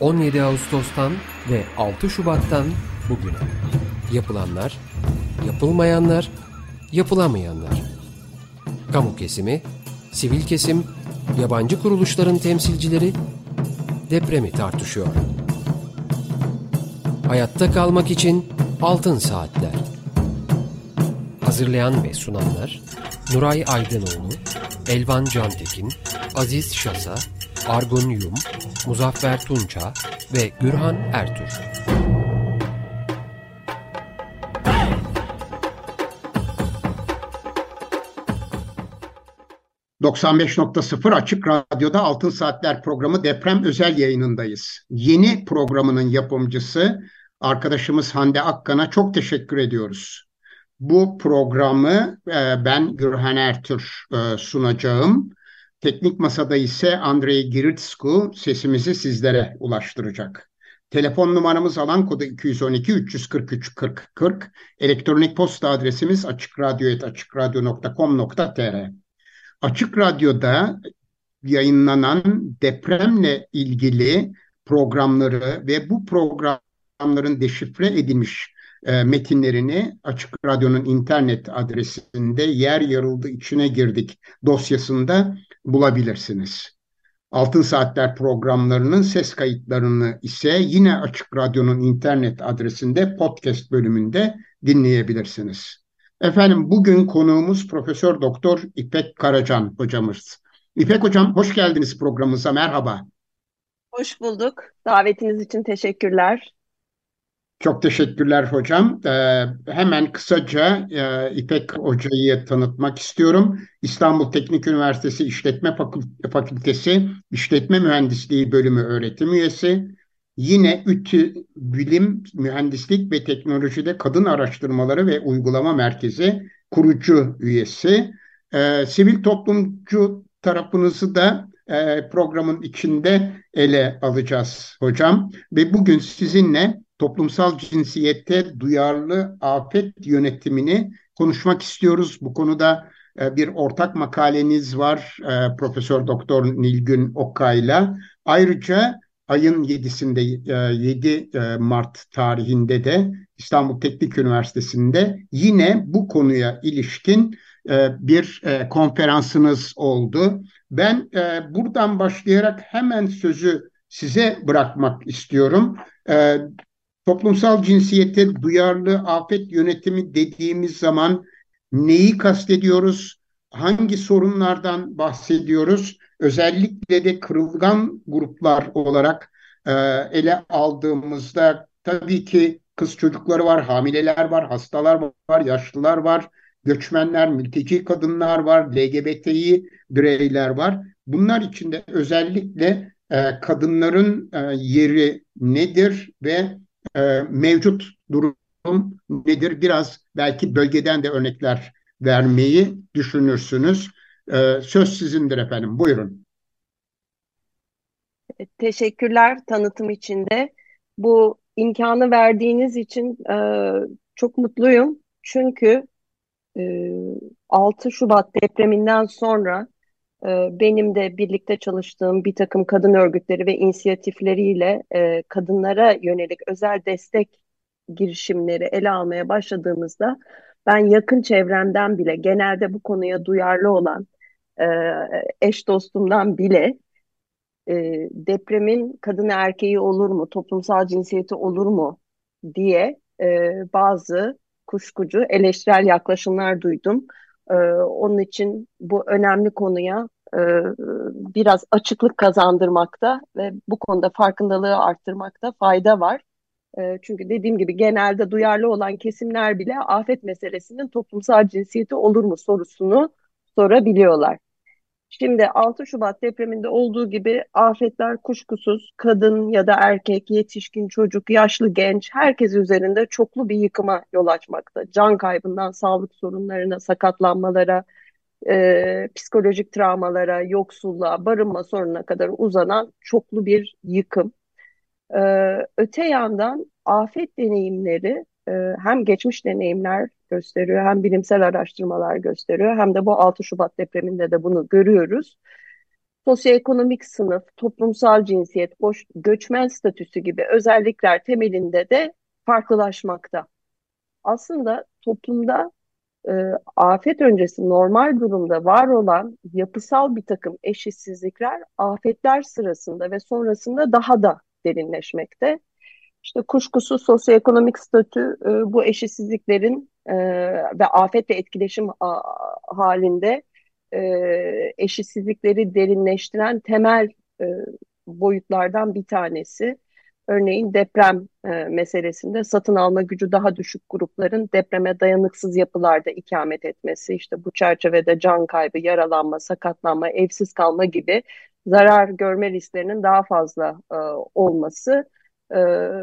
17 Ağustos'tan ve 6 Şubat'tan bugüne. Yapılanlar, yapılmayanlar, yapılamayanlar. Kamu kesimi, sivil kesim, yabancı kuruluşların temsilcileri depremi tartışıyor. Hayatta kalmak için Altın Saatler. Hazırlayan ve sunanlar Nuray Aydınoğlu, Elvan Cantekin, Aziz Şasa, Argun Yum, Muzaffer Tunça ve Gürhan Ertür. ...95.0 Açık Radyo'da Altın Saatler programı deprem özel yayınındayız. Yeni programının yapımcısı arkadaşımız Hande Akkan'a çok teşekkür ediyoruz. Bu programı ben Gürhan Ertür sunacağım. Teknik masada ise Andrei Giritsku sesimizi sizlere ulaştıracak. Telefon numaramız alan kodu 212 343 40 40. Elektronik posta adresimiz açıkradyo@açıkradyo.com.tr. Açık Radyo'da yayınlanan depremle ilgili programları ve bu programların deşifre edilmiş metinlerini Açık Radyo'nun internet adresinde Yer Yarıldı İçine Girdik dosyasında bulabilirsiniz. Altın Saatler programlarının ses kayıtlarını ise yine Açık Radyo'nun internet adresinde podcast bölümünde dinleyebilirsiniz. Efendim bugün konuğumuz Profesör Doktor İpek Karacan hocamız. İpek hocam hoş geldiniz programımıza, merhaba. Hoş bulduk. Davetiniz için teşekkürler. Çok teşekkürler hocam. Hemen kısaca İpek Hoca'yı tanıtmak istiyorum. İstanbul Teknik Üniversitesi İşletme Fakültesi İşletme Mühendisliği Bölümü öğretim üyesi. Yine İTÜ Bilim, Mühendislik ve Teknoloji'de Kadın Araştırmaları ve Uygulama Merkezi kurucu üyesi. Sivil toplumcu tarafınızı da programın içinde ele alacağız hocam. Ve bugün sizinle toplumsal cinsiyete duyarlı afet yönetimini konuşmak istiyoruz. Bu konuda bir ortak makaleniz var Profesör Doktor Nilgün Okay'la. Ayrıca ayın 7'sinde 7 Mart tarihinde de İstanbul Teknik Üniversitesi'nde yine bu konuya ilişkin bir konferansınız oldu. Ben buradan başlayarak hemen sözü size bırakmak istiyorum. Toplumsal cinsiyete duyarlı afet yönetimi dediğimiz zaman neyi kastediyoruz? Hangi sorunlardan bahsediyoruz? Özellikle de kırılgan gruplar olarak ele aldığımızda tabii ki kız çocukları var, hamileler var, hastalar var, yaşlılar var, göçmenler, mülteci kadınlar var, LGBTİ bireyler var. Bunlar içinde özellikle kadınların yeri nedir ve mevcut durum nedir? Biraz belki bölgeden de örnekler vermeyi düşünürsünüz. Söz sizindir efendim. Buyurun. Teşekkürler tanıtım için de. Bu imkanı verdiğiniz için çok mutluyum. Çünkü e, 6 Şubat depreminden sonra benim de birlikte çalıştığım bir takım kadın örgütleri ve inisiyatifleriyle kadınlara yönelik özel destek girişimleri ele almaya başladığımızda ben yakın çevremden bile genelde bu konuya duyarlı olan e, eş dostumdan bile depremin kadını erkeği olur mu, toplumsal cinsiyeti olur mu diye bazı kuşkucu eleştirel yaklaşımlar duydum. Onun için bu önemli konuya e, biraz açıklık kazandırmakta ve bu konuda farkındalığı arttırmakta fayda var. Çünkü dediğim gibi genelde duyarlı olan kesimler bile afet meselesinin toplumsal cinsiyeti olur mu sorusunu sorabiliyorlar. Şimdi 6 Şubat depreminde olduğu gibi afetler kuşkusuz kadın ya da erkek, yetişkin, çocuk, yaşlı, genç herkes üzerinde çoklu bir yıkıma yol açmakta. Can kaybından sağlık sorunlarına, sakatlanmalara, psikolojik travmalara, yoksulluğa, barınma sorununa kadar uzanan çoklu bir yıkım. Öte yandan afet deneyimleri hem geçmiş deneyimler gösteriyor, hem bilimsel araştırmalar gösteriyor, hem de bu 6 Şubat depreminde de bunu görüyoruz. sosyoekonomik sınıf, toplumsal cinsiyet, göçmen statüsü gibi özellikler temelinde de farklılaşmakta. Aslında toplumda e, afet öncesi normal durumda var olan yapısal bir takım eşitsizlikler afetler sırasında ve sonrasında daha da derinleşmekte. İşte kuşkusuz sosyoekonomik statü bu eşitsizliklerin ve afetle etkileşim halinde eşitsizlikleri derinleştiren temel e, boyutlardan bir tanesi. Örneğin deprem meselesinde satın alma gücü daha düşük grupların depreme dayanıksız yapılarda ikamet etmesi, işte bu çerçevede can kaybı, yaralanma, sakatlanma, evsiz kalma gibi zarar görme risklerinin daha fazla olması e,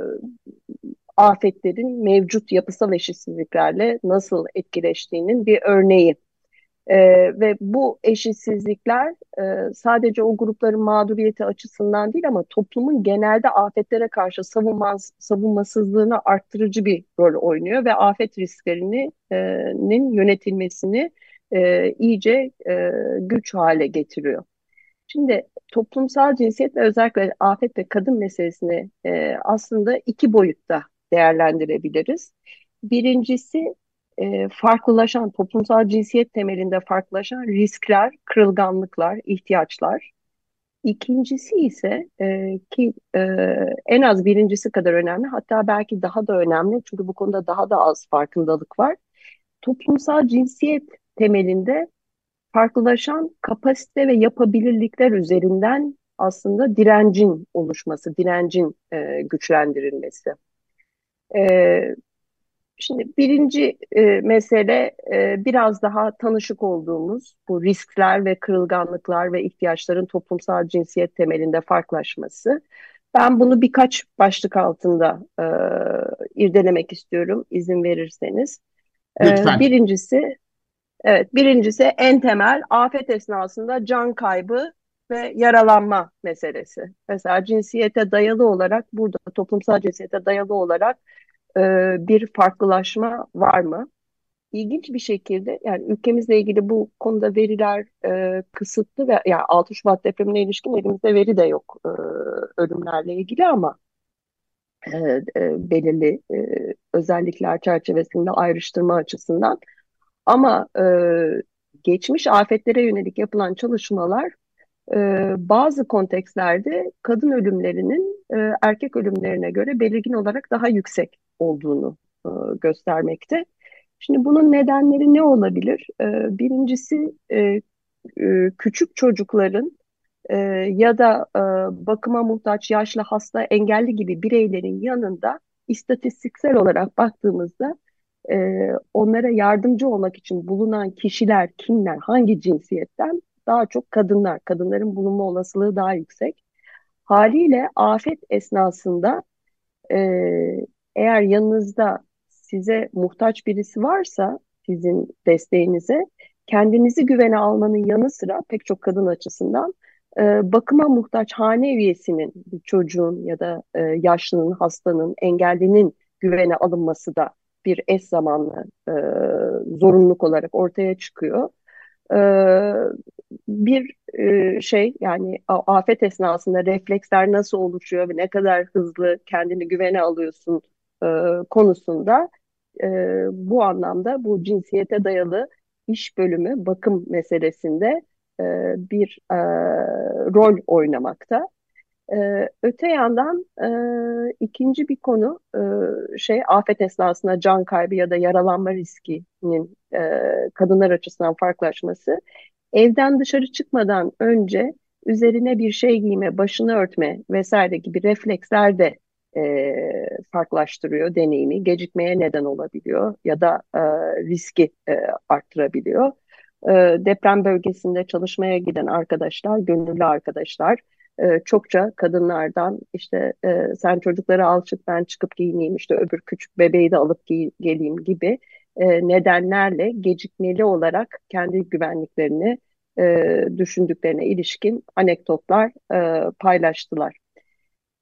afetlerin mevcut yapısal eşitsizliklerle nasıl etkileştiğinin bir örneği. Ve bu eşitsizlikler sadece o grupların mağduriyeti açısından değil ama toplumun genelde afetlere karşı savunmasızlığını arttırıcı bir rol oynuyor ve afet risklerinin yönetilmesini iyice güç hale getiriyor. Şimdi toplumsal cinsiyet ve özellikle afet ve kadın meselesini aslında iki boyutta değerlendirebiliriz. Birincisi farklılaşan, toplumsal cinsiyet temelinde farklılaşan riskler, kırılganlıklar, ihtiyaçlar. İkincisi ise en az birincisi kadar önemli, hatta belki daha da önemli çünkü bu konuda daha da az farkındalık var. Toplumsal cinsiyet temelinde farklılaşan kapasite ve yapabilirlikler üzerinden aslında direncin oluşması, direncin güçlendirilmesi. E, Şimdi birinci mesele biraz daha tanışık olduğumuz bu riskler ve kırılganlıklar ve ihtiyaçların toplumsal cinsiyet temelinde farklılaşması. Ben bunu birkaç başlık altında irdelemek istiyorum izin verirseniz. Lütfen. Birincisi, evet, birincisi en temel afet esnasında can kaybı ve yaralanma meselesi. Mesela cinsiyete dayalı olarak burada toplumsal cinsiyete dayalı olarak e, bir farklılaşma var mı? İlginç bir şekilde yani ülkemizle ilgili bu konuda veriler kısıtlı ve yani 6 Şubat depremine ilişkin elimizde veri de yok ölümlerle ilgili ama belirli özellikler çerçevesinde ayrıştırma açısından. Ama geçmiş afetlere yönelik yapılan çalışmalar bazı kontekstlerde kadın ölümlerinin erkek ölümlerine göre belirgin olarak daha yüksek olduğunu göstermekte. Şimdi bunun nedenleri ne olabilir? Birincisi küçük çocukların e, ya da bakıma muhtaç, yaşlı, hasta, engelli gibi bireylerin yanında istatistiksel olarak baktığımızda onlara yardımcı olmak için bulunan kişiler kimler, hangi cinsiyetten? Daha çok kadınlar. Kadınların bulunma olasılığı daha yüksek. Haliyle afet esnasında eğer yanınızda size muhtaç birisi varsa sizin desteğinize kendinizi güvene almanın yanı sıra pek çok kadın açısından bakıma muhtaç hane üyesinin, bir çocuğun ya da yaşlının, hastanın, engellinin güvene alınması da bir eş zamanlı zorunluluk olarak ortaya çıkıyor. E, Bir şey yani afet esnasında refleksler nasıl oluşuyor ve ne kadar hızlı kendini güvene alıyorsun e, konusunda e, bu anlamda bu cinsiyete dayalı iş bölümü bakım meselesinde bir rol oynamakta. Öte yandan ikinci bir konu afet esnasında can kaybı ya da yaralanma riskinin kadınlar açısından farklılaşması. Evden dışarı çıkmadan önce üzerine bir şey giyme, başını örtme vesaire gibi refleksler de farklılaştırıyor deneyimi. Gecikmeye neden olabiliyor ya da riski arttırabiliyor. Deprem bölgesinde çalışmaya giden arkadaşlar, gönüllü arkadaşlar, çokça kadınlardan işte sen çocukları al çık ben çıkıp giyineyim işte öbür küçük bebeği de alıp geleyim gibi nedenlerle gecikmeli olarak kendi güvenliklerini düşündüklerine ilişkin anekdotlar paylaştılar.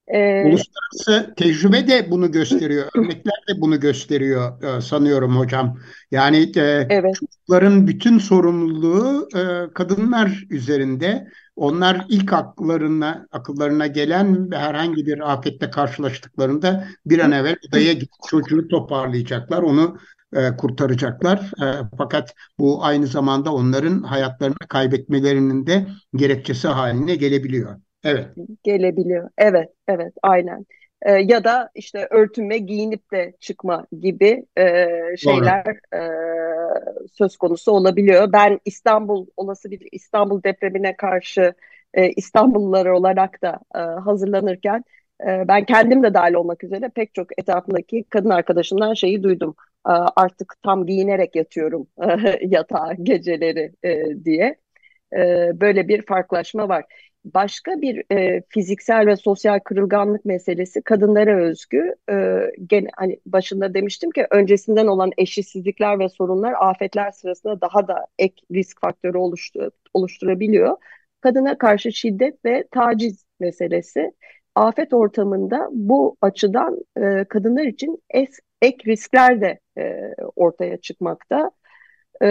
E, Uluslararası tecrübe de bunu gösteriyor, örnekler de bunu gösteriyor sanıyorum hocam. Yani evet. çocukların bütün sorumluluğu kadınlar üzerinde. Onlar ilk akıllarına gelen herhangi bir afetle karşılaştıklarında bir an evvel odaya gidip çocuğu toparlayacaklar, onu kurtaracaklar. Fakat bu aynı zamanda onların hayatlarını kaybetmelerinin de gerekçesi haline gelebiliyor. Evet, Gelebiliyor. Evet, evet, aynen. Ya da işte örtünme, giyinip de çıkma gibi doğru. şeyler söz konusu olabiliyor. Ben olası bir İstanbul depremine karşı İstanbullular olarak da hazırlanırken ben kendim de dahil olmak üzere pek çok etrafındaki kadın arkadaşımdan şeyi duydum. Artık tam giyinerek yatıyorum yatağa geceleri diye. Böyle bir farklılaşma var. Başka bir fiziksel ve sosyal kırılganlık meselesi kadınlara özgü. Gene hani başında demiştim ki öncesinden olan eşitsizlikler ve sorunlar afetler sırasında daha da ek risk faktörü oluşturabiliyor. Kadına karşı şiddet ve taciz meselesi afet ortamında bu açıdan kadınlar için ek riskler de ortaya çıkmakta. E,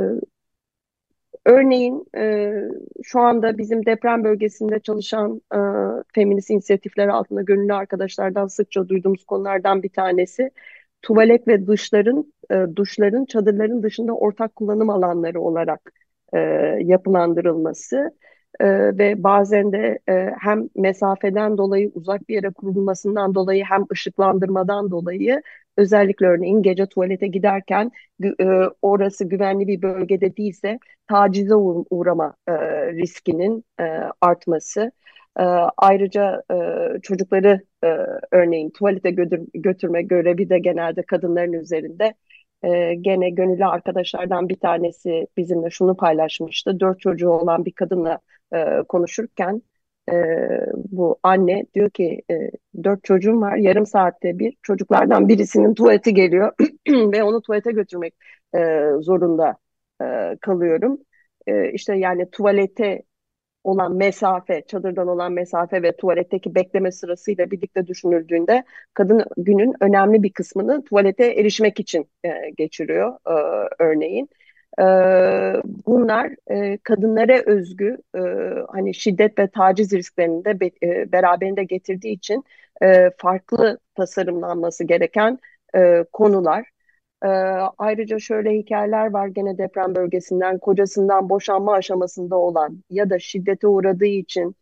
Örneğin şu anda bizim deprem bölgesinde çalışan feminist inisiyatifler altında gönüllü arkadaşlardan sıkça duyduğumuz konulardan bir tanesi tuvalet ve duşların çadırların dışında ortak kullanım alanları olarak e, yapılandırılması ve bazen de hem mesafeden dolayı uzak bir yere kurulmasından dolayı hem ışıklandırmadan dolayı özellikle örneğin gece tuvalete giderken orası güvenli bir bölgede değilse tacize uğrama riskinin artması. Ayrıca çocukları örneğin tuvalete götürme görevi de genelde kadınların üzerinde. Gene gönüllü arkadaşlardan bir tanesi bizimle şunu paylaşmıştı. 4 çocuğu olan bir kadınla konuşurken e, bu anne diyor ki 4 çocuğum var, yarım saatte bir çocuklardan birisinin tuvaleti geliyor ve onu tuvalete götürmek zorunda kalıyorum. İşte yani tuvalete olan mesafe, çadırdan olan mesafe ve tuvaletteki bekleme sırasıyla birlikte düşünüldüğünde kadın günün önemli bir kısmını tuvalete erişmek için geçiriyor örneğin. E, Bunlar kadınlara özgü hani şiddet ve taciz risklerini de beraberinde getirdiği için farklı tasarımlanması gereken konular. Ee, Ayrıca şöyle hikayeler var gene deprem bölgesinden kocasından boşanma aşamasında olan ya da şiddete uğradığı için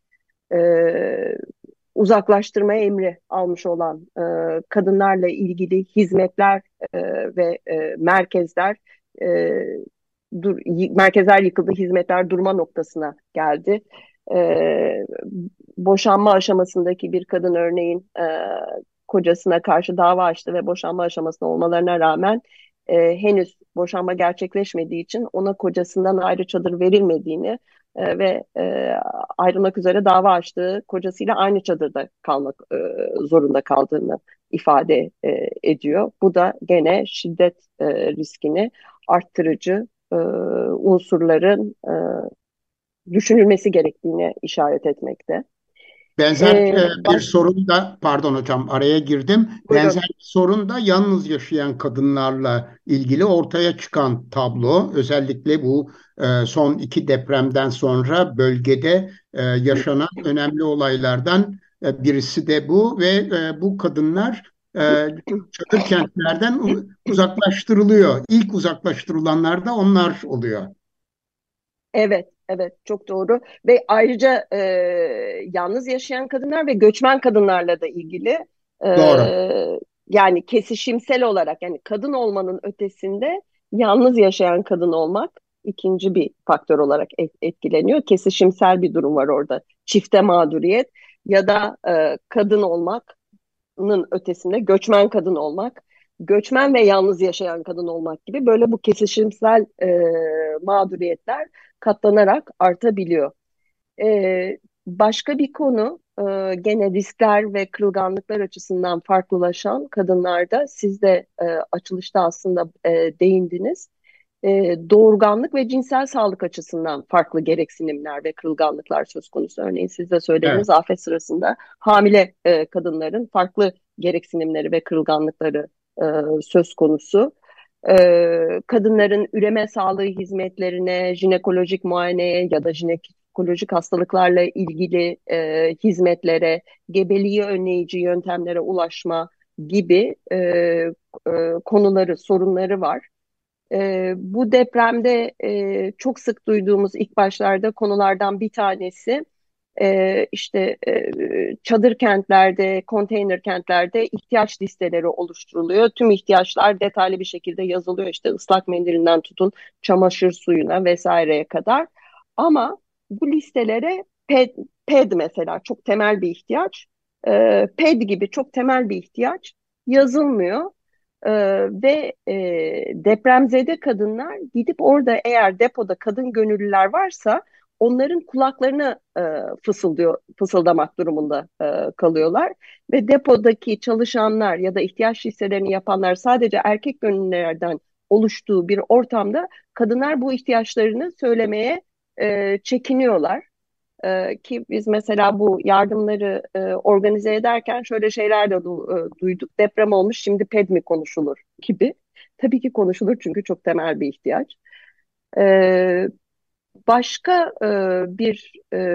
e, uzaklaştırma emri almış olan kadınlarla ilgili hizmetler ve merkezler e, merkezler yıkıldı, hizmetler durma noktasına geldi. E, Boşanma aşamasındaki bir kadın örneğin kocasına karşı dava açtı ve boşanma aşamasında olmalarına rağmen henüz boşanma gerçekleşmediği için ona kocasından ayrı çadır verilmediğini ve ayrılmak üzere dava açtığı kocasıyla aynı çadırda kalmak zorunda kaldığını ifade ediyor. Bu da gene şiddet riskini arttırıcı unsurların düşünülmesi gerektiğine işaret etmekte. Benzer bir Baş, sorun da, pardon hocam araya girdim. buyurun. Benzer bir sorun da yalnız yaşayan kadınlarla ilgili ortaya çıkan tablo. Özellikle bu son iki depremden sonra bölgede yaşanan önemli olaylardan birisi de bu ve bu kadınlar çadır kentlerden uzaklaştırılıyor. İlk uzaklaştırılanlar da onlar oluyor. Evet, evet, çok doğru. Ve ayrıca yalnız yaşayan kadınlar ve göçmen kadınlarla da ilgili Doğru. yani kesişimsel olarak yani kadın olmanın ötesinde yalnız yaşayan kadın olmak ikinci bir faktör olarak etkileniyor. Kesişimsel bir durum var orada. Çifte mağduriyet ya da kadın olmanın ötesinde göçmen kadın olmak, göçmen ve yalnız yaşayan kadın olmak gibi böyle bu kesişimsel mağduriyetler katlanarak artabiliyor. Başka bir konu gene riskler ve kırılganlıklar açısından farklılaşan kadınlarda siz de açılışta aslında değindiniz. doğurganlık ve cinsel sağlık açısından farklı gereksinimler ve kırılganlıklar söz konusu. Örneğin siz de Evet. söylediğiniz afet sırasında hamile kadınların farklı gereksinimleri ve kırılganlıkları e, söz konusu. Kadınların üreme sağlığı hizmetlerine, jinekolojik muayeneye ya da jinekolojik hastalıklarla ilgili hizmetlere, gebeliği önleyici yöntemlere ulaşma gibi konuları, sorunları var. Bu depremde çok sık duyduğumuz ilk başlarda konulardan bir tanesi işte çadır kentlerde, konteyner kentlerde ihtiyaç listeleri oluşturuluyor. Tüm ihtiyaçlar detaylı bir şekilde yazılıyor. İşte ıslak mendilinden tutun çamaşır suyuna vesaireye kadar. Ama bu listelere ped mesela çok temel bir ihtiyaç, ped gibi çok temel bir ihtiyaç yazılmıyor. Ve depremzede kadınlar gidip orada eğer depoda kadın gönüllüler varsa onların kulaklarını fısıldamak durumunda kalıyorlar. Ve depodaki çalışanlar ya da ihtiyaç listelerini yapanlar sadece erkek gönüllülerden oluştuğu bir ortamda kadınlar bu ihtiyaçlarını söylemeye çekiniyorlar. Ki biz mesela bu yardımları organize ederken şöyle şeyler de duyduk. Deprem olmuş, şimdi PED mi konuşulur gibi. Tabii ki konuşulur çünkü çok temel bir ihtiyaç. E, Başka bir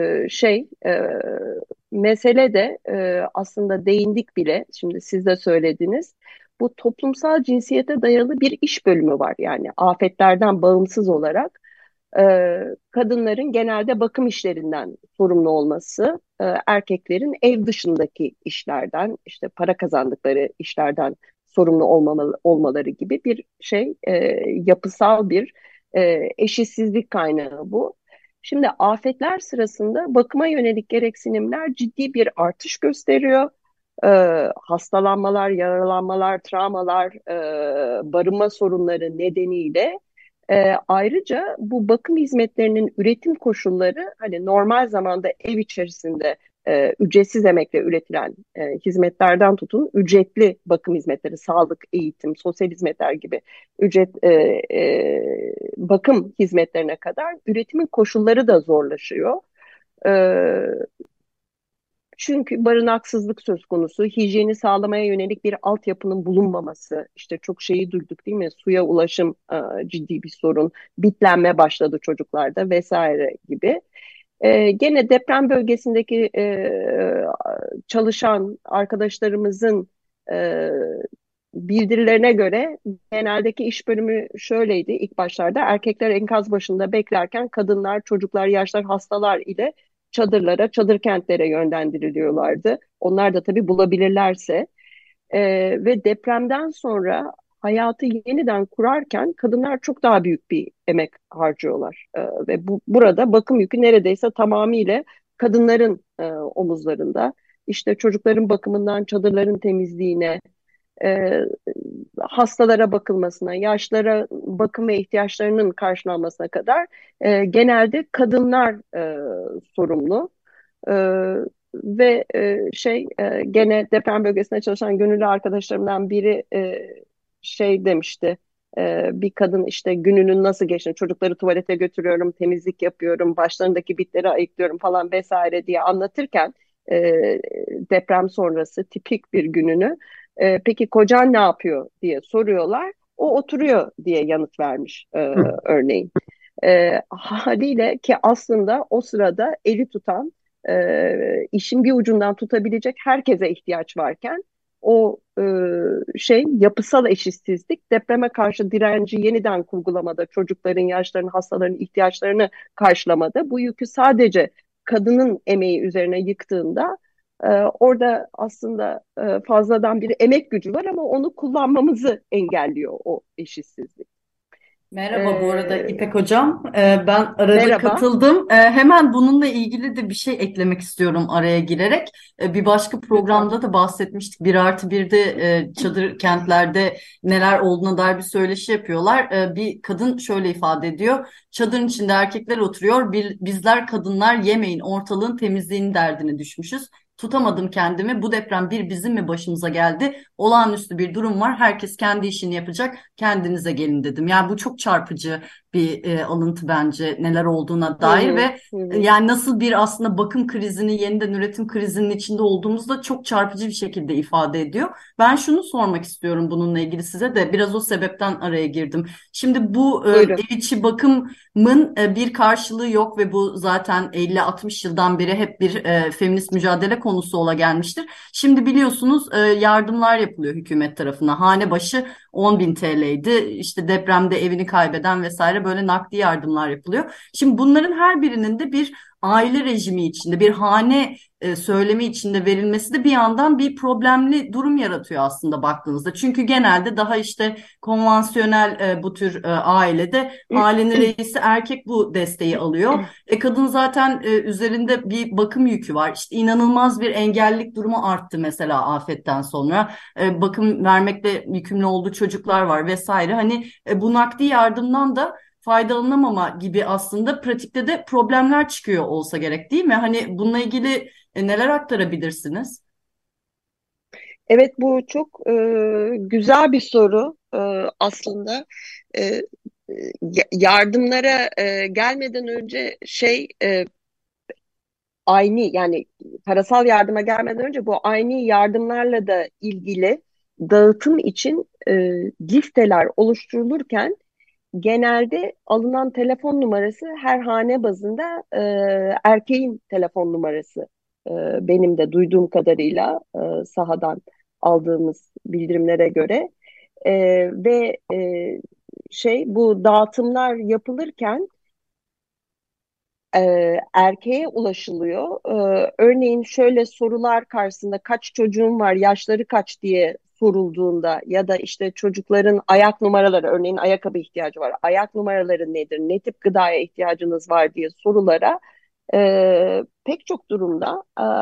mesele de aslında değindik bile. Şimdi siz de söylediniz. Bu toplumsal cinsiyete dayalı bir iş bölümü var. Yani afetlerden bağımsız olarak kadınların genelde bakım işlerinden sorumlu olması, erkeklerin ev dışındaki işlerden, işte para kazandıkları işlerden sorumlu olmaları gibi bir yapısal bir eşitsizlik kaynağı bu. Şimdi afetler sırasında bakıma yönelik gereksinimler ciddi bir artış gösteriyor. Hastalanmalar, yaralanmalar, travmalar, barınma sorunları nedeniyle ayrıca bu bakım hizmetlerinin üretim koşulları hani normal zamanda ev içerisinde ücretsiz emekle üretilen hizmetlerden tutun ücretli bakım hizmetleri, sağlık, eğitim, sosyal hizmetler gibi bakım hizmetlerine kadar üretimin koşulları da zorlaşıyor. E, Çünkü barınaksızlık söz konusu, hijyeni sağlamaya yönelik bir altyapının bulunmaması, işte çok şeyi duyduk değil mi? Suya ulaşım ciddi bir sorun, bitlenme başladı çocuklarda vesaire gibi. Gene deprem bölgesindeki çalışan arkadaşlarımızın e, bildirilerine göre geneldeki iş bölümü şöyleydi ilk başlarda. Erkekler enkaz başında beklerken kadınlar, çocuklar, yaşlar, hastalar ile çadır kentlere yönlendiriliyorlardı. Onlar da tabii bulabilirlerse. Ve depremden sonra hayatı yeniden kurarken kadınlar çok daha büyük bir emek harcıyorlar. Ve burada bakım yükü neredeyse tamamıyla kadınların omuzlarında. İşte çocukların bakımından çadırların temizliğine, e, hastalara bakılmasına, yaşlara bakım ve ihtiyaçlarının karşılanmasına kadar genelde kadınlar sorumlu. E, Ve gene deprem bölgesinde çalışan gönüllü arkadaşlarımdan biri demişti. Bir kadın işte gününün nasıl geçtiğini, çocukları tuvalete götürüyorum, temizlik yapıyorum, başlarındaki bitleri ayıklıyorum falan vesaire diye anlatırken e, deprem sonrası tipik bir gününü peki kocan ne yapıyor diye soruyorlar. O oturuyor diye yanıt vermiş Hı. örneğin. Haliyle ki aslında o sırada eli tutan, işin bir ucundan tutabilecek herkese ihtiyaç varken o yapısal eşitsizlik depreme karşı direnci yeniden kurgulamada, çocukların, yaşların, hastaların ihtiyaçlarını karşılamada bu yükü sadece kadının emeği üzerine yıktığında orada aslında fazladan bir emek gücü var ama onu kullanmamızı engelliyor o eşitsizlik. Merhaba bu arada E, İpek Hocam. Ben arada Merhaba. katıldım. Hemen bununla ilgili de bir şey eklemek istiyorum araya girerek. Bir başka Lütfen. programda da bahsetmiştik. Bir artı birde çadır kentlerde neler olduğuna dair bir söyleşi yapıyorlar. Bir kadın şöyle ifade ediyor. Çadırın içinde erkekler oturuyor. Bizler kadınlar yemeğin, ortalığın temizliğinin derdine düşmüşüz. tutamadım kendimi. Bu deprem bir bizim mi başımıza geldi? Olağanüstü bir durum var. Herkes kendi işini yapacak. Kendinize gelin dedim. Yani bu çok çarpıcı bir alıntı bence neler olduğuna Hı dair hı, ve hı hı. yani nasıl bir aslında bakım krizini, yeniden üretim krizinin içinde olduğumuzda çok çarpıcı bir şekilde ifade ediyor. Ben şunu sormak istiyorum bununla ilgili size de biraz o sebepten araya girdim. Şimdi bu Buyurun. ev içi bakımın bir karşılığı yok ve bu zaten 50-60 yıldan beri hep bir feminist mücadele konusu ola gelmiştir. Şimdi biliyorsunuz yardımlar yapılıyor hükümet tarafından. Hane başı 10 bin TL'ydi. İşte depremde evini kaybeden vesaire böyle nakdi yardımlar yapılıyor. Şimdi bunların her birinin de bir aile rejimi içinde, bir hane söylemi içinde verilmesi de bir yandan bir problemli durum yaratıyor aslında baktığınızda. Çünkü genelde daha işte konvansiyonel bu tür ailede ailenin reisi erkek bu desteği alıyor. Kadın zaten üzerinde bir bakım yükü var. İşte inanılmaz bir engellilik durumu arttı mesela afetten sonra. Bakım vermekle yükümlü olduğu çocuklar var vesaire. Hani bu nakdi yardımdan da faydalanamama gibi aslında pratikte de problemler çıkıyor olsa gerek değil mi? Hani bununla ilgili neler aktarabilirsiniz? Evet, bu çok güzel bir soru aslında. E, Yardımlara gelmeden önce aynı, yani parasal yardıma gelmeden önce bu aynı yardımlarla da ilgili dağıtım için listeler oluşturulurken genelde alınan telefon numarası her hane bazında erkeğin telefon numarası. Benim de duyduğum kadarıyla sahadan aldığımız bildirimlere göre. Ve bu dağıtımlar yapılırken erkeğe ulaşılıyor. Örneğin şöyle sorular karşısında kaç çocuğun var, yaşları kaç diye sorulduğunda ya da işte çocukların ayak numaraları, örneğin ayakkabı ihtiyacı var, ayak numaraları nedir, ne tip gıdaya ihtiyacınız var diye sorulara pek çok durumda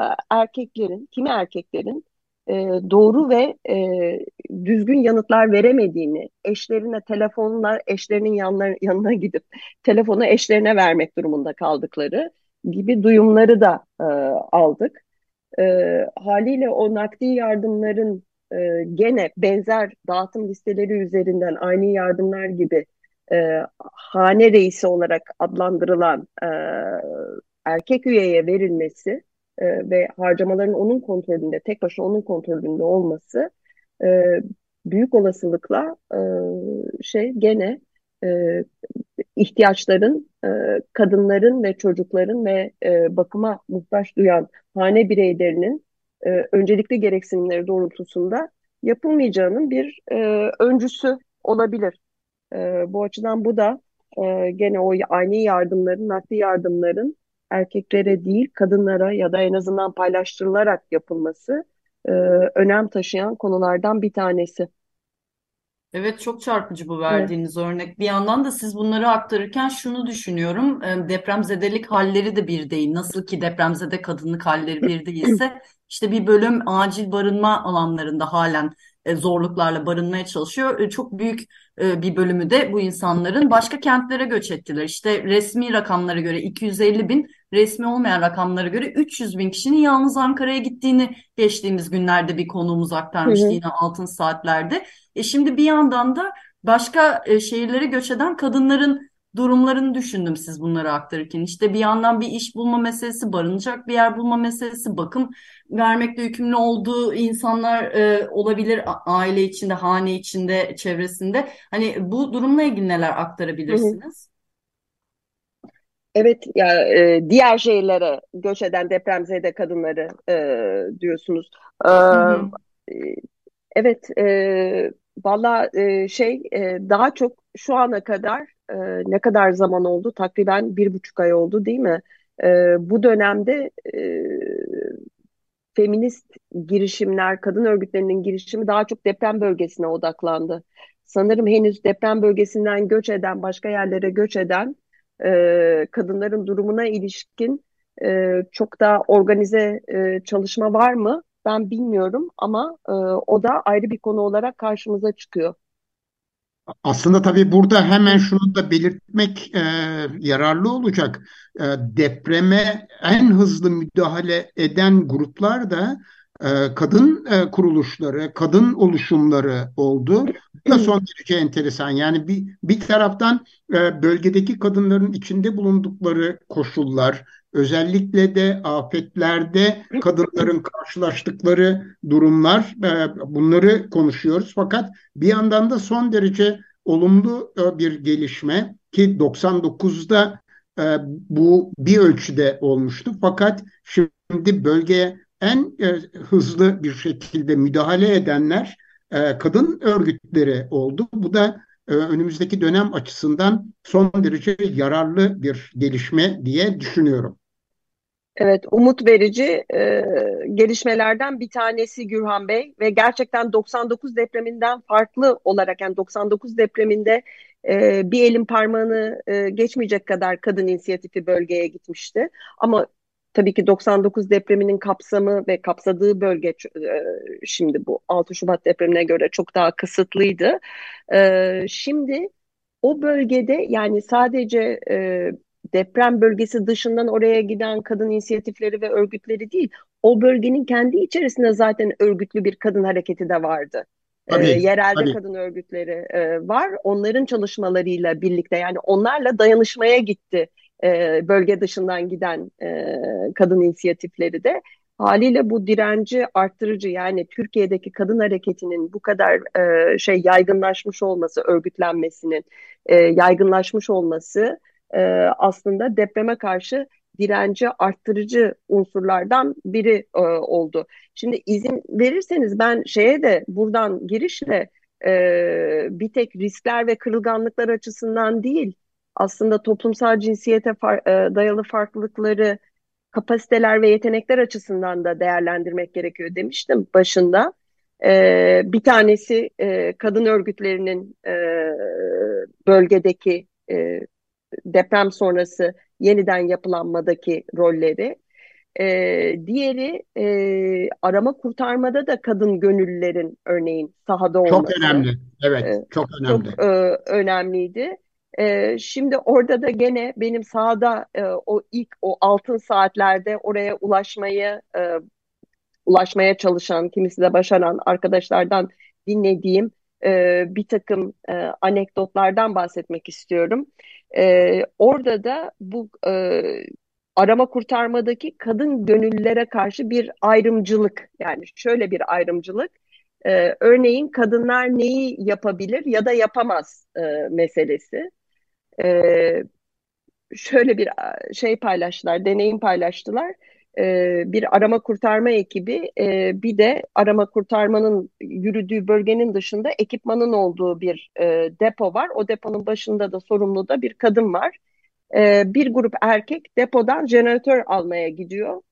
kimi erkeklerin e, doğru ve düzgün yanıtlar veremediğini, eşlerine telefonla eşlerinin yanına gidip telefonu eşlerine vermek durumunda kaldıkları gibi duyumları da aldık. E, Haliyle o nakdi yardımların gene benzer dağıtım listeleri üzerinden aynı yardımlar gibi hane reisi olarak adlandırılan erkek üyeye verilmesi ve harcamaların onun kontrolünde, tek başına onun kontrolünde olması e, büyük olasılıkla gene e, ihtiyaçların, kadınların ve çocukların ve bakıma muhtaç duyan hane bireylerinin öncelikli gereksinimleri doğrultusunda yapılmayacağının bir öncüsü olabilir. Bu açıdan bu da gene o aynı yardımların, nakdi yardımların erkeklere değil kadınlara ya da en azından paylaştırılarak yapılması e, önem taşıyan konulardan bir tanesi. Evet, çok çarpıcı bu Evet. verdiğiniz örnek. Bir yandan da siz bunları aktarırken şunu düşünüyorum. Depremzedelik halleri de bir değil. Nasıl ki depremzede kadınlık halleri bir değilse işte bir bölüm acil barınma alanlarında halen zorluklarla barınmaya çalışıyor. Çok büyük bir bölümü de bu insanların başka kentlere göç ettiler. İşte resmi rakamlara göre 250 bin, resmi olmayan rakamlara göre 300 bin kişinin yalnız Ankara'ya gittiğini geçtiğimiz günlerde bir konuğumuz Hı aktarmıştı hı. yine Altın Saatler'de. Şimdi bir yandan da başka şehirlere göç eden kadınların durumlarını düşündüm siz bunları aktarırken. İşte bir yandan bir iş bulma meselesi, barınacak bir yer bulma meselesi, bakım vermekle yükümlü olduğu insanlar olabilir aile içinde, hane içinde, çevresinde. Hani bu durumla ilgili neler Hı hı. aktarabilirsiniz? Evet ya, diğer şehirlere göç eden depremzede kadınları diyorsunuz. E, Hı hı. evet, valla daha çok şu ana kadar ne kadar zaman oldu? Takriben 1,5 ay oldu değil mi? Bu dönemde feminist girişimler, kadın örgütlerinin girişimi daha çok deprem bölgesine odaklandı. Sanırım henüz deprem bölgesinden göç eden, başka yerlere göç eden kadınların durumuna ilişkin çok da organize çalışma var mı? Ben bilmiyorum ama o da ayrı bir konu olarak karşımıza çıkıyor. Aslında tabii burada hemen şunu da belirtmek yararlı olacak. Depreme en hızlı müdahale eden gruplar da kadın kuruluşları, kadın oluşumları oldu. Bu da son derece enteresan. Yani bir taraftan bölgedeki kadınların içinde bulundukları koşullar, özellikle de afetlerde kadınların karşılaştıkları durumlar, bunları konuşuyoruz. Fakat bir yandan da son derece olumlu bir gelişme ki 99'da bu bir ölçüde olmuştu. Fakat şimdi bölgeye en hızlı bir şekilde müdahale edenler kadın örgütleri oldu. Bu da önümüzdeki dönem açısından son derece yararlı bir gelişme diye düşünüyorum. Evet, umut verici gelişmelerden bir tanesi Gürhan Bey ve gerçekten 99 depreminden farklı olarak, yani 99 depreminde bir elin parmağını geçmeyecek kadar kadın inisiyatifi bölgeye gitmişti. Ama tabii ki 99 depreminin kapsamı ve kapsadığı bölge şimdi bu 6 Şubat depremine göre çok daha kısıtlıydı. Şimdi o bölgede, yani sadece deprem bölgesi dışından oraya giden kadın inisiyatifleri ve örgütleri değil, o bölgenin kendi içerisinde zaten örgütlü bir kadın hareketi de vardı. Tabii, Yerelde tabii. kadın örgütleri var. Onların çalışmalarıyla birlikte, yani onlarla dayanışmaya gitti bölge dışından giden kadın inisiyatifleri de. Haliyle bu direnci arttırıcı, yani Türkiye'deki kadın hareketinin bu kadar yaygınlaşmış olması, örgütlenmesinin yaygınlaşmış olması aslında depreme karşı direnci arttırıcı unsurlardan biri oldu. Şimdi izin verirseniz ben şeye de buradan girişle bir tek riskler ve kırılganlıklar açısından değil, aslında toplumsal cinsiyete dayalı farklılıkları, kapasiteler ve yetenekler açısından da değerlendirmek gerekiyor demiştim başında. Bir tanesi kadın örgütlerinin bölgedeki deprem sonrası yeniden yapılanmadaki rolleri. Diğeri arama kurtarmada da kadın gönüllülerin örneğin sahada Çok olması önemli. Evet, e, çok önemli. çok önemliydi. Şimdi orada da gene benim sahada o altın saatlerde oraya ulaşmaya çalışan, kimisi de başaran arkadaşlardan dinlediğim bir takım anekdotlardan bahsetmek istiyorum. Orada da bu arama kurtarmadaki kadın gönüllülere karşı bir ayrımcılık, yani şöyle bir ayrımcılık. Örneğin kadınlar neyi yapabilir ya da yapamaz meselesi. E, Şöyle bir deneyim paylaştılar. Bir arama kurtarma ekibi, bir de arama kurtarmanın yürüdüğü bölgenin dışında ekipmanın olduğu bir depo var. O deponun başında da sorumlu da bir kadın var. Bir grup erkek depodan jeneratör almaya gidiyor.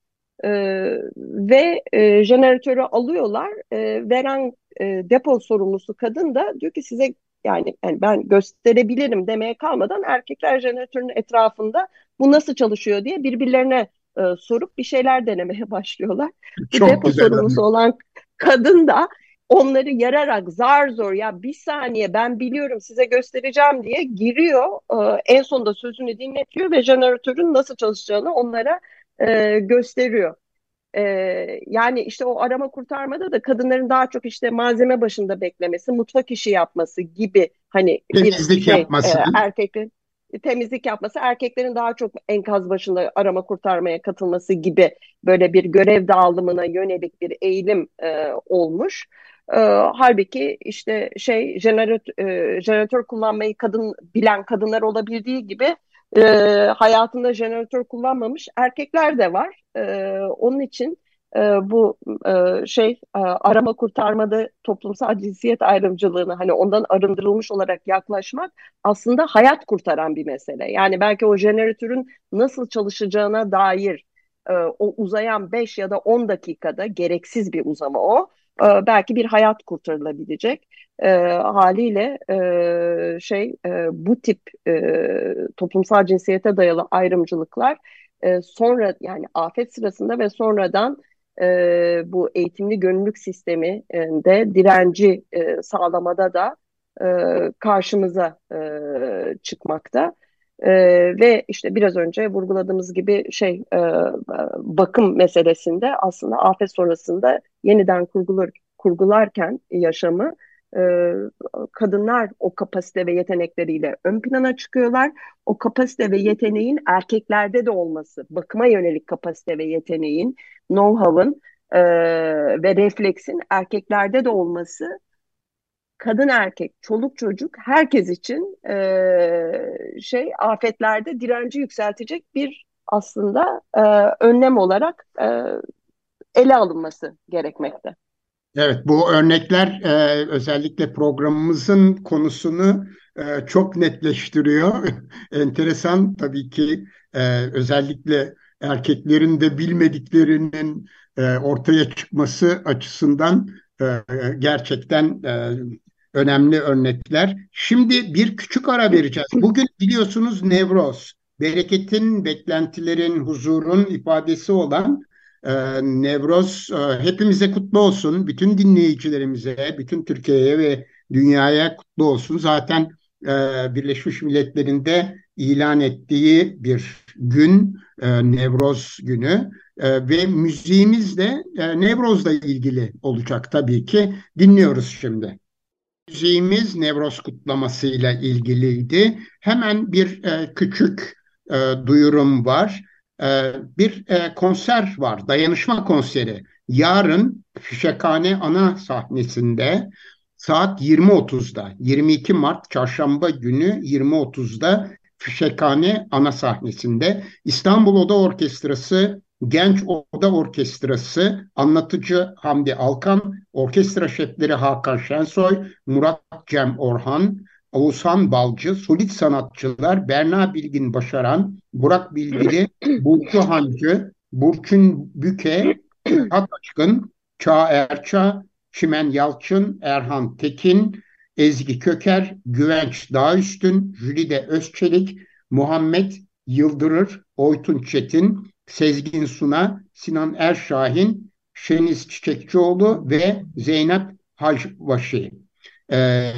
Ve jeneratörü alıyorlar. Veren depo sorumlusu kadın da diyor ki size, yani ben gösterebilirim demeye kalmadan erkekler jeneratörün etrafında bu nasıl çalışıyor diye birbirlerine sorup bir şeyler denemeye başlıyorlar. Bu Çok depo güzel sorumlusu anladım. olan kadın da onları yararak zar zor, ya bir saniye ben biliyorum size göstereceğim diye giriyor. En sonunda sözünü dinletiyor ve jeneratörün nasıl çalışacağını onlara gösteriyor. Yani işte o arama kurtarmada da kadınların daha çok işte malzeme başında beklemesi, mutfak işi yapması gibi, hani bir Temizlik yapması. erkeklerin temizlik yapması, erkeklerin daha çok enkaz başında arama kurtarmaya katılması gibi böyle bir görev dağılımına yönelik bir eğilim olmuş. Halbuki işte jeneratör kullanmayı bilen kadınlar olabildiği gibi e, hayatında jeneratör kullanmamış erkekler de var. Onun için bu arama kurtarmada toplumsal cinsiyet ayrımcılığını, hani ondan arındırılmış olarak yaklaşmak aslında hayat kurtaran bir mesele. Yani belki o jeneratörün nasıl çalışacağına dair o uzayan 5 ya da 10 dakikada, gereksiz bir uzama o, belki bir hayat kurtarılabilecek. Haliyle bu tip toplumsal cinsiyete dayalı ayrımcılıklar sonra, yani afet sırasında ve sonradan bu eğitimli gönüllülük sistemi de direnci sağlamada da karşımıza çıkmakta. Ve işte biraz önce vurguladığımız gibi bakım meselesinde aslında afet sonrasında yeniden kurgularken yaşamı, e, kadınlar o kapasite ve yetenekleriyle ön plana çıkıyorlar. O kapasite ve yeteneğin erkeklerde de olması, bakıma yönelik kapasite ve yeteneğin, know-how'ın ve refleksin erkeklerde de olması, kadın erkek, çoluk çocuk herkes için afetlerde direnci yükseltecek bir aslında önlem olarak ele alınması gerekmekte. Evet, bu örnekler özellikle programımızın konusunu çok netleştiriyor. Enteresan tabii ki, özellikle erkeklerin de bilmediklerinin ortaya çıkması açısından gerçekten önemli örnekler. Şimdi bir küçük ara vereceğiz. Bugün biliyorsunuz Nevroz, bereketin, beklentilerin, huzurun ifadesi olan Nevroz hepimize kutlu olsun. Bütün dinleyicilerimize, bütün Türkiye'ye ve dünyaya kutlu olsun. Zaten Birleşmiş Milletler'in de ilan ettiği bir gün, Nevroz günü. Ve müziğimiz de Nevroz'la ilgili olacak tabii ki. Dinliyoruz şimdi. Müziğimiz Nevroz kutlamasıyla ilgiliydi. Hemen bir küçük duyurum var. Bir konser var, dayanışma konseri. Yarın Fişekhane ana sahnesinde saat 20.30'da, 22 Mart Çarşamba günü 20.30'da Fişekhane ana sahnesinde İstanbul Oda Orkestrası, Genç Oda Orkestrası, anlatıcı Hamdi Alkan, orkestra şefleri Hakan Şensoy, Murat Cem Orhan, Oğuzhan Balcı, solit sanatçılar Berna Bilgin Başaran, Burak Bilgili, Burcu Hancı, Burçin Büke, Serhat Açkın, Çağ Erça, Çimen Yalçın, Erhan Tekin, Ezgi Köker, Güvenç Dağüstün, Jülide Özçelik, Muhammed Yıldırır, Oytun Çetin, Sezgin Suna, Sinan Erşahin, Şeniz Çiçekçioğlu ve Zeynep Hacbaşı. Ee,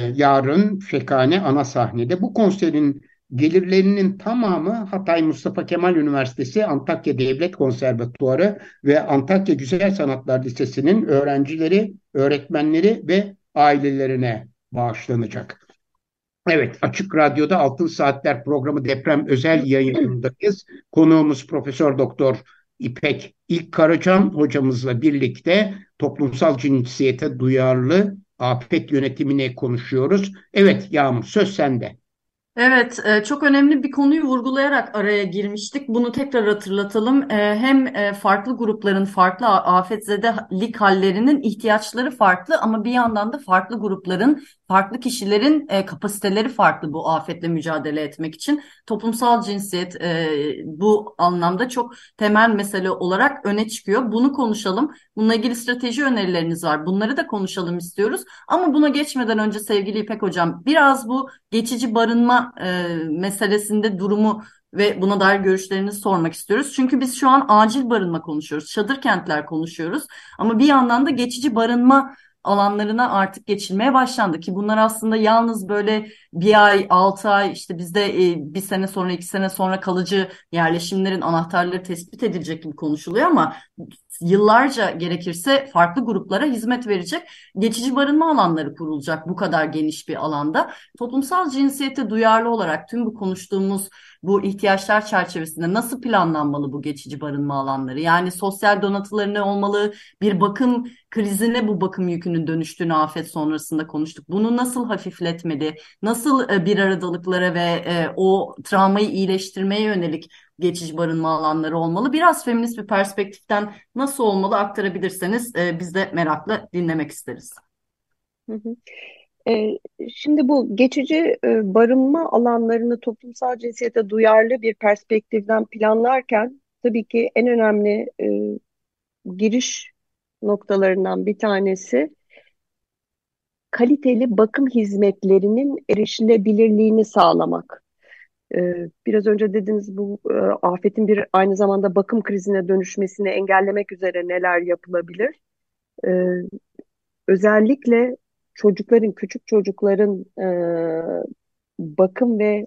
Yarın Şekhane ana sahnede. Bu konserin gelirlerinin tamamı Hatay Mustafa Kemal Üniversitesi, Antakya Devlet Konservatuarı ve Antakya Güzel Sanatlar Lisesi'nin öğrencileri, öğretmenleri ve ailelerine bağışlanacak. Evet, Açık Radyo'da Altın Saatler programı deprem özel yayınındayız. Konuğumuz Profesör Doktor İpek İlkkaracan hocamızla birlikte toplumsal cinsiyete duyarlı afet yönetimini konuşuyoruz. Evet Yağmur, söz sende. Evet, çok önemli bir konuyu vurgulayarak araya girmiştik. Bunu tekrar hatırlatalım. Hem farklı grupların, farklı afetzedelik hallerinin ihtiyaçları farklı ama bir yandan da farklı grupların, farklı kişilerin kapasiteleri farklı bu afetle mücadele etmek için. Toplumsal cinsiyet bu anlamda çok temel mesele olarak öne çıkıyor. Bunu konuşalım. Bununla ilgili strateji önerileriniz var. Bunları da konuşalım istiyoruz. Ama buna geçmeden önce sevgili İpek Hocam, biraz bu geçici barınma meselesinde durumu ve buna dair görüşlerinizi sormak istiyoruz. Çünkü biz şu an acil barınma konuşuyoruz, çadır kentler konuşuyoruz. Ama bir yandan da geçici barınma alanlarına artık geçilmeye başlandı ki bunlar aslında yalnız böyle bir ay, 6 ay, işte bizde bir sene sonra, 2 sene sonra kalıcı yerleşimlerin anahtarları tespit edilecek gibi konuşuluyor ama yıllarca gerekirse farklı gruplara hizmet verecek geçici barınma alanları kurulacak bu kadar geniş bir alanda. Toplumsal cinsiyete duyarlı olarak tüm bu konuştuğumuz bu ihtiyaçlar çerçevesinde nasıl planlanmalı bu geçici barınma alanları? Yani sosyal donatıları ne olmalı? Bir bakım krizine bu bakım yükünün dönüştüğünü afet sonrasında konuştuk. Bunu nasıl hafifletmeli? Nasıl bir aradalıklara ve o travmayı iyileştirmeye yönelik geçici barınma alanları olmalı? Biraz feminist bir perspektiften nasıl olmalı aktarabilirseniz biz de merakla dinlemek isteriz. Hı hı. E, Şimdi bu geçici barınma alanlarını toplumsal cinsiyete duyarlı bir perspektiften planlarken tabii ki en önemli giriş noktalarından bir tanesi kaliteli bakım hizmetlerinin erişilebilirliğini sağlamak. Biraz önce dediğiniz bu afetin bir aynı zamanda bakım krizine dönüşmesini engellemek üzere neler yapılabilir? E, Özellikle küçük çocukların bakım ve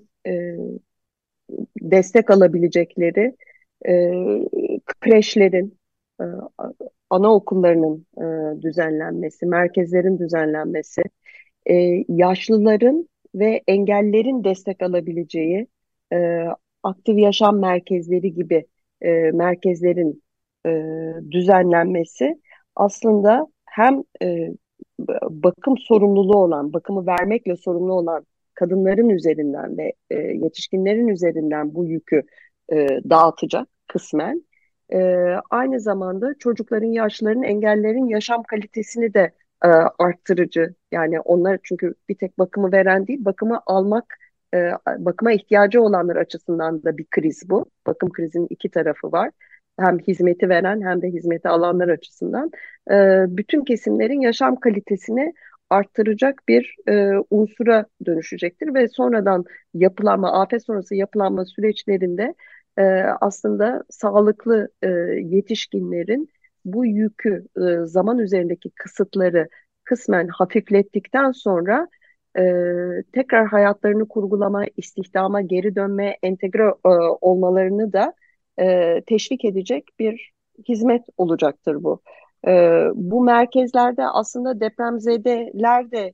destek alabilecekleri e, kreşlerin, e, anaokullarının düzenlenmesi, merkezlerin düzenlenmesi, yaşlıların ve engellerin destek alabileceği e, aktif yaşam merkezleri gibi merkezlerin düzenlenmesi aslında hem bakım sorumluluğu olan, bakımı vermekle sorumlu olan kadınların üzerinden ve yetişkinlerin üzerinden bu yükü dağıtacak kısmen. E, Aynı zamanda çocukların, yaşlıların, engellerin yaşam kalitesini de arttırıcı. Yani onlar çünkü bir tek bakımı veren değil, bakımı almak, bakıma ihtiyacı olanlar açısından da bir kriz bu. Bakım krizinin iki tarafı var. Hem hizmeti veren hem de hizmeti alanlar açısından bütün kesimlerin yaşam kalitesini arttıracak bir unsura dönüşecektir ve sonradan yapılanma, afet sonrası yapılanma süreçlerinde e, aslında sağlıklı yetişkinlerin bu yükü, zaman üzerindeki kısıtları kısmen hafiflettikten sonra tekrar hayatlarını kurgulama, istihdama geri dönme, entegre olmalarını da teşvik edecek bir hizmet olacaktır bu. Bu merkezlerde aslında depremzedeler de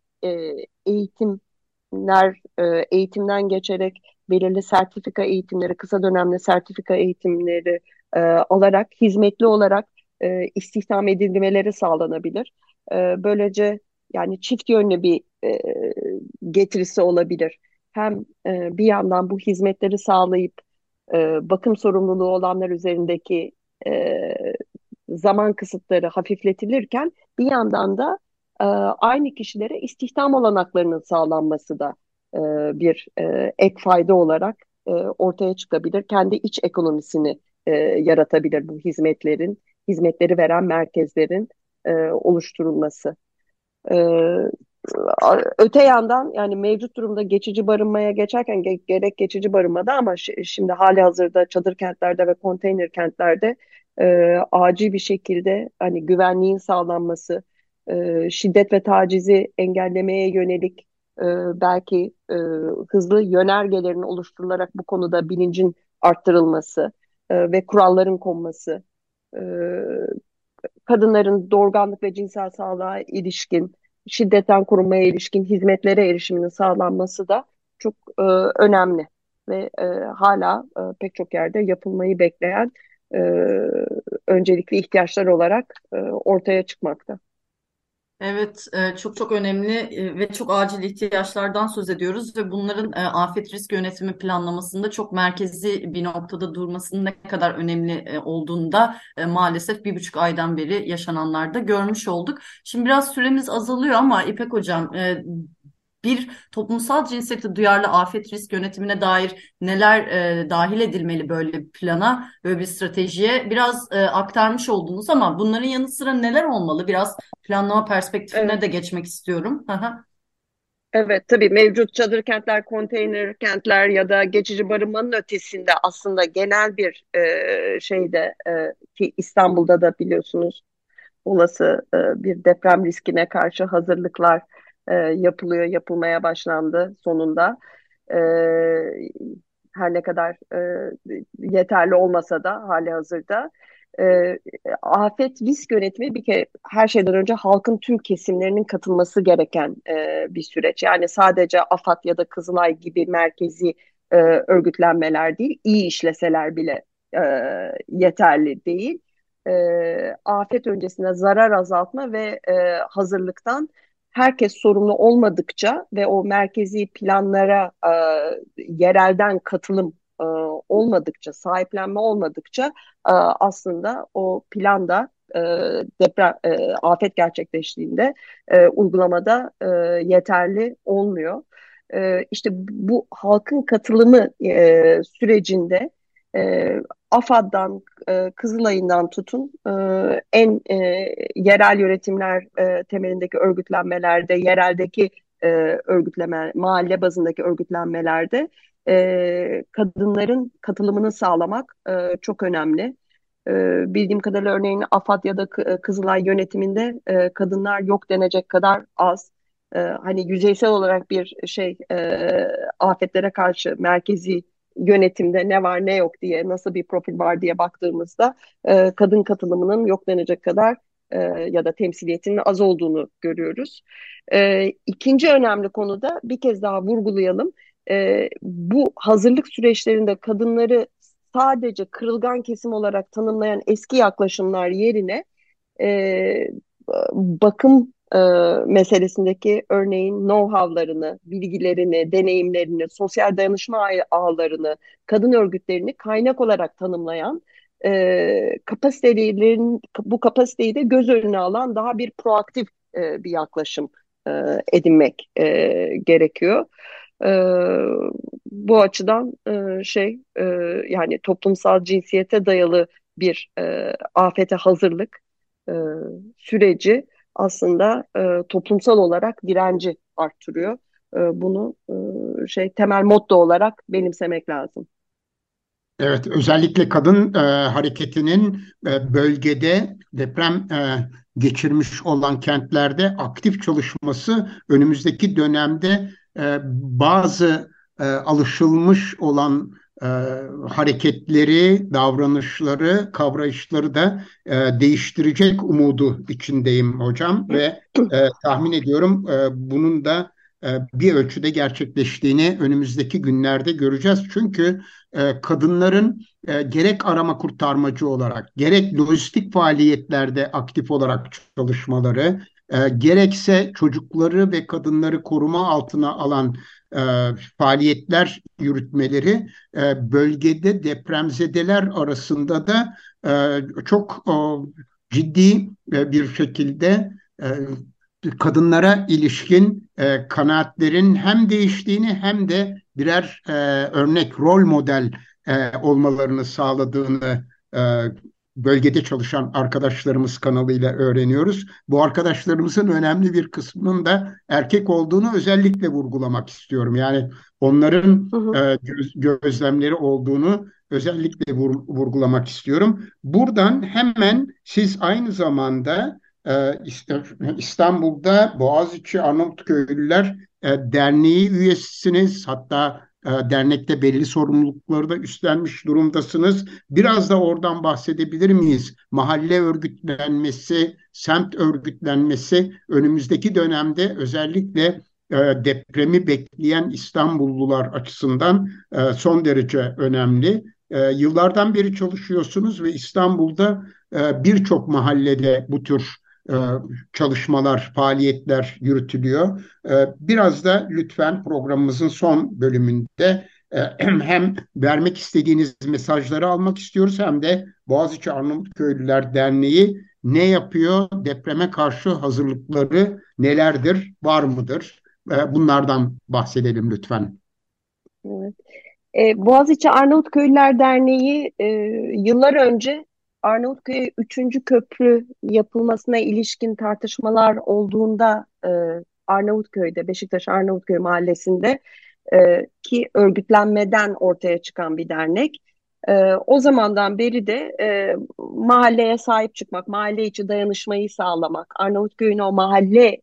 eğitimden geçerek belirli sertifika eğitimleri, kısa dönemli sertifika eğitimleri alarak, hizmetli olarak istihdam edilmeleri sağlanabilir. Böylece yani çift yönlü bir getirisi olabilir. Hem bir yandan bu hizmetleri sağlayıp bakım sorumluluğu olanlar üzerindeki e, zaman kısıtları hafifletilirken bir yandan da aynı kişilere istihdam olanaklarının sağlanması da e, bir ek fayda olarak ortaya çıkabilir. Kendi iç ekonomisini yaratabilir bu hizmetleri veren merkezlerin oluşturulması. E, Öte yandan yani mevcut durumda geçici barınmaya geçerken gerek geçici barınmada ama şimdi hali hazırda çadır kentlerde ve konteyner kentlerde acil bir şekilde hani güvenliğin sağlanması, şiddet ve tacizi engellemeye yönelik e, belki hızlı yönergelerin oluşturularak bu konuda bilincin arttırılması ve kuralların konması, e, kadınların doğurganlık ve cinsel sağlığa ilişkin, şiddetten korunmaya ilişkin hizmetlere erişiminin sağlanması da çok önemli ve hala pek çok yerde yapılmayı bekleyen e, öncelikli ihtiyaçlar olarak ortaya çıkmakta. Evet, çok çok önemli ve çok acil ihtiyaçlardan söz ediyoruz ve bunların afet risk yönetimi planlamasında çok merkezi bir noktada durmasının ne kadar önemli olduğunu da maalesef 1,5 aydan beri yaşananlarda görmüş olduk. Şimdi biraz süremiz azalıyor ama İpek Hocam, bir toplumsal cinsiyete duyarlı afet risk yönetimine dair neler dahil edilmeli böyle bir plana, böyle bir stratejiye biraz aktarmış oldunuz ama bunların yanı sıra neler olmalı? Biraz planlama perspektifine Evet. de geçmek istiyorum. Aha. Evet, tabii mevcut çadır kentler, konteyner kentler ya da geçici barınmanın ötesinde aslında genel bir şeyde ki İstanbul'da da biliyorsunuz olası bir deprem riskine karşı hazırlıklar yapılıyor, yapılmaya başlandı sonunda. E, Her ne kadar yeterli olmasa da hali hazırda. E, Afet risk yönetimi bir kere her şeyden önce halkın tüm kesimlerinin katılması gereken bir süreç. Yani sadece AFAD ya da Kızılay gibi merkezi örgütlenmeler değil, iyi işleseler bile e, yeterli değil. Afet öncesinde zarar azaltma ve hazırlıktan herkes sorumlu olmadıkça ve o merkezi planlara yerelden katılım olmadıkça, sahiplenme olmadıkça aslında o planda afet gerçekleştiğinde uygulamada yeterli olmuyor. İşte bu halkın katılımı sürecinde e, AFAD'dan, Kızılay'ından tutun en yerel yönetimler temelindeki örgütlenmelerde, yereldeki mahalle bazındaki örgütlenmelerde kadınların katılımını sağlamak çok önemli. Bildiğim kadarıyla örneğin AFAD ya da Kızılay yönetiminde kadınlar yok denecek kadar az. hani yüzeysel olarak bir afetlere karşı merkezi yönetimde ne var ne yok diye, nasıl bir profil var diye baktığımızda kadın katılımının yok denecek kadar ya da temsiliyetinin az olduğunu görüyoruz. İkinci önemli konu da bir kez daha vurgulayalım. Bu hazırlık süreçlerinde kadınları sadece kırılgan kesim olarak tanımlayan eski yaklaşımlar yerine e, bakım meselesindeki örneğin know-how'larını, bilgilerini, deneyimlerini, sosyal dayanışma ağlarını, kadın örgütlerini kaynak olarak tanımlayan bu kapasiteyi de göz önüne alan daha bir proaktif bir yaklaşım edinmek gerekiyor. E, Bu açıdan yani toplumsal cinsiyete dayalı bir afete hazırlık e, süreci aslında toplumsal olarak direnci arttırıyor. Bunu temel motto olarak benimsemek lazım. Evet, özellikle kadın hareketinin bölgede deprem geçirmiş olan kentlerde aktif çalışması önümüzdeki dönemde bazı alışılmış olan e, hareketleri, davranışları, kavrayışları da değiştirecek umudu içindeyim hocam ve tahmin ediyorum bunun da bir ölçüde gerçekleştiğini önümüzdeki günlerde göreceğiz. Çünkü kadınların gerek arama kurtarmacı olarak, gerek lojistik faaliyetlerde aktif olarak çalışmaları, gerekse çocukları ve kadınları koruma altına alan e, faaliyetler yürütmeleri bölgede depremzedeler arasında da çok ciddi bir şekilde kadınlara ilişkin kanaatlerin hem değiştiğini hem de birer örnek, rol model olmalarını sağladığını e, bölgede çalışan arkadaşlarımız kanalıyla öğreniyoruz. Bu arkadaşlarımızın önemli bir kısmının da erkek olduğunu özellikle vurgulamak istiyorum. Yani onların Hı hı. gözlemleri olduğunu özellikle vurgulamak istiyorum. Buradan hemen siz aynı zamanda İstanbul'da Boğaziçi Arnavutköylüler Derneği üyesisiniz. Hatta dernekte belli sorumlulukları da üstlenmiş durumdasınız. Biraz da oradan bahsedebilir miyiz? Mahalle örgütlenmesi, semt örgütlenmesi önümüzdeki dönemde özellikle depremi bekleyen İstanbullular açısından son derece önemli. Yıllardan beri çalışıyorsunuz ve İstanbul'da birçok mahallede bu tür e, çalışmalar, faaliyetler yürütülüyor. Biraz da lütfen programımızın son bölümünde hem vermek istediğiniz mesajları almak istiyoruz hem de Boğaziçi Arnavutköylüler Derneği ne yapıyor, depreme karşı hazırlıkları nelerdir, var mıdır? Bunlardan bahsedelim lütfen. Evet. Boğaziçi Arnavutköylüler Derneği yıllar önce Arnavutköy'e üçüncü köprü yapılmasına ilişkin tartışmalar olduğunda Arnavutköy'de, Beşiktaş Arnavutköy Mahallesi'nde ki örgütlenmeden ortaya çıkan bir dernek. O zamandan beri de mahalleye sahip çıkmak, mahalle içi dayanışmayı sağlamak, Arnavutköy'ün o mahalle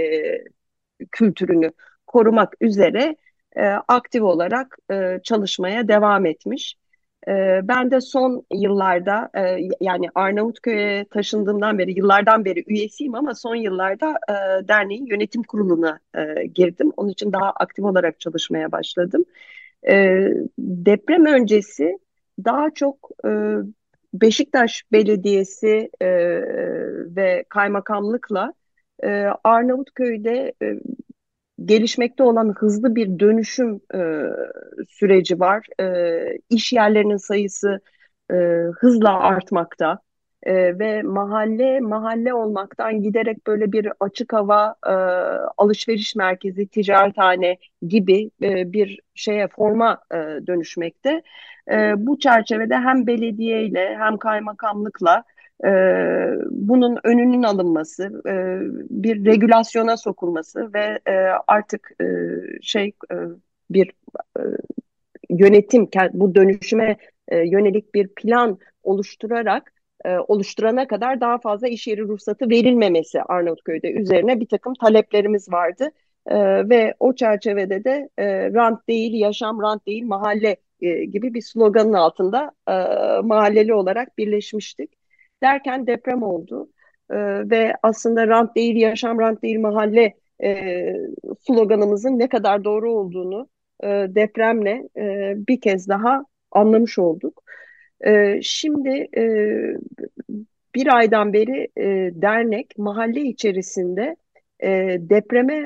kültürünü korumak üzere aktif olarak çalışmaya devam etmiş. Ben de son yıllarda yani Arnavutköy'e taşındığımdan beri yıllardan beri üyesiyim ama son yıllarda derneğin yönetim kuruluna girdim. Onun için daha aktif olarak çalışmaya başladım. Deprem öncesi daha çok Beşiktaş Belediyesi ve kaymakamlıkla Arnavutköy'de gelişmekte olan hızlı bir dönüşüm süreci var. İş yerlerinin sayısı e, hızla artmakta. Ve mahalle mahalle olmaktan giderek böyle bir açık hava alışveriş merkezi, ticarethane gibi bir forma dönüşmekte. Bu çerçevede hem belediyeyle hem kaymakamlıkla e, bunun önünün alınması, bir regülasyona sokulması ve artık bir e, yönetim, bu dönüşüme yönelik bir plan oluşturarak oluşturana kadar daha fazla iş yeri ruhsatı verilmemesi Arnavutköy'de üzerine bir takım taleplerimiz vardı. Ve o çerçevede de rant değil yaşam, rant değil mahalle gibi bir sloganın altında mahalleli olarak birleşmiştik. Derken deprem oldu. Ve aslında rant değil yaşam, rant değil mahalle sloganımızın ne kadar doğru olduğunu depremle bir kez daha anlamış olduk. Şimdi bir aydan beri dernek mahalle içerisinde depreme